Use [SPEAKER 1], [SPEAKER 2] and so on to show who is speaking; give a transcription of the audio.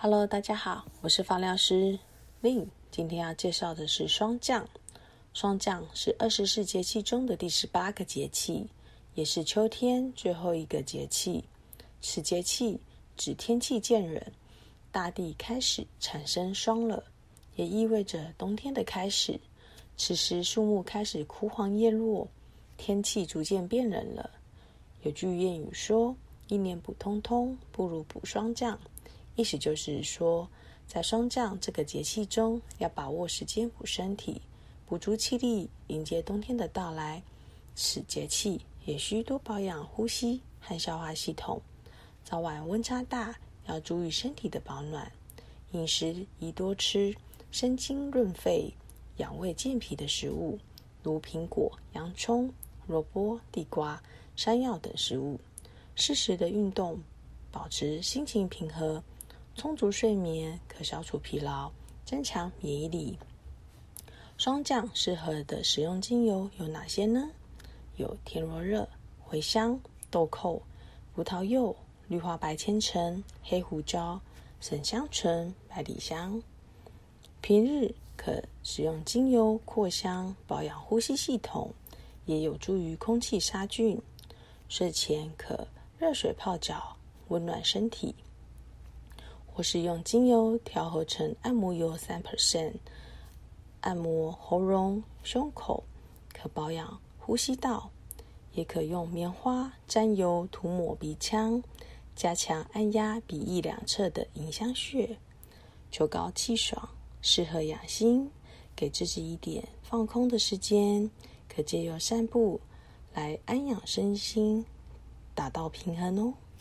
[SPEAKER 1] Hello， 大家好，我是芳疗师 Lin。今天要介绍的是霜降。霜降是24节气中的第18个节气，也是秋天最后一个节气。此节气指天气渐冷，大地开始产生霜了，也意味着冬天的开始。此时树木开始枯黄叶落，天气逐渐变冷了。有句谚语说，一年补通通，不如补霜降。意思就是说，在霜降这个节气中，要把握时间补身体，补足气力，迎接冬天的到来。此节气也需多保养呼吸和消化系统。早晚温差大，要注意身体的保暖。饮食宜多吃生津润肺、养胃健脾的食物，如苹果、洋葱、萝卜、地瓜、山药等食物。适时的运动，保持心情平和。充足睡眠可消除疲劳，增强免疫力。霜降适合的食用精油有哪些呢？有天罗热、茴香、豆蔻、葡萄柚、绿花白千层、黑胡椒、沈香醇、百里香。平日可使用精油扩香，保养呼吸系统，也有助于空气杀菌。睡前可热水泡脚，温暖身体。或是用精油调和成按摩油 3%， 按摩喉咙、胸口，可保养呼吸道。也可用棉花沾油涂抹鼻腔，加强按压鼻翼两侧的迎香穴，秋高气爽，适合养心，给自己一点放空的时间。可借由散步来安养身心，达到平衡哦。